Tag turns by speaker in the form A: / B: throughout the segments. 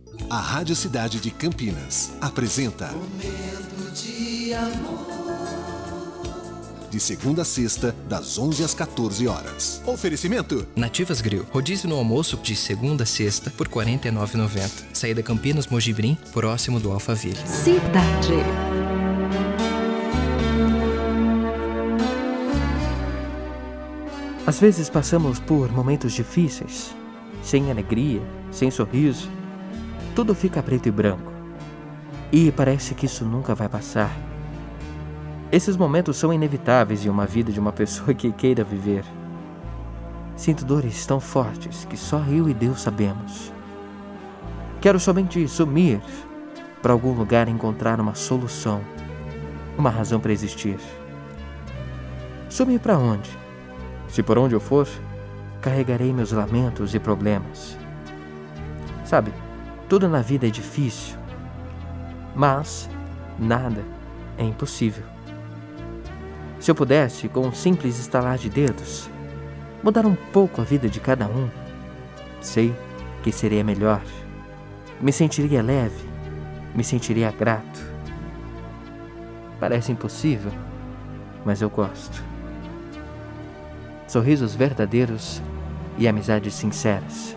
A: A Rádio Cidade de Campinas apresenta
B: Momento de Amor.
A: De segunda a sexta, das 11 às 14 horas. Oferecimento
C: Nativas Grill, rodízio no almoço de segunda a sexta por R$ 49,90. Saída Campinas Mojibrim, próximo do Alphaville.
D: Cidade.
E: Às vezes passamos por momentos difíceis, sem alegria, sem sorriso. Tudo fica preto e branco. E parece que isso nunca vai passar. Esses momentos são inevitáveis em uma vida de uma pessoa que queira viver. Sinto dores tão fortes que só eu e Deus sabemos. Quero somente sumir para algum lugar encontrar uma solução, uma razão para existir. Sumir para onde? Se por onde eu for, carregarei meus lamentos e problemas. Sabe, tudo na vida é difícil, mas nada é impossível. Se eu pudesse, com um simples estalar de dedos, mudar um pouco a vida de cada um, sei que seria melhor. Me sentiria leve, me sentiria grato. Parece impossível, mas eu gosto. Sorrisos verdadeiros e amizades sinceras.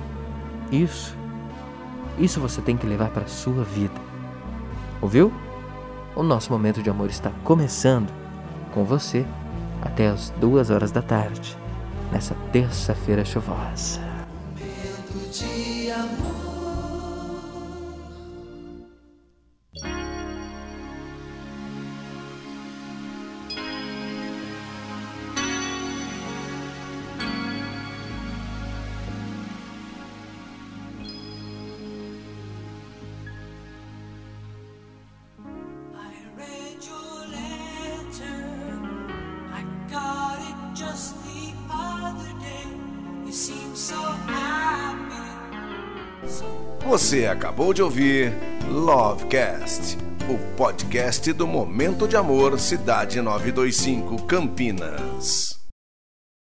E: Isso você tem que levar para a sua vida. Ouviu? O nosso momento de amor está começando com você até as 2 horas da tarde, nessa terça-feira chuvosa.
B: Momento de Amor.
F: Você acabou de ouvir Lovecast, o podcast do Momento de Amor Cidade 925 Campinas.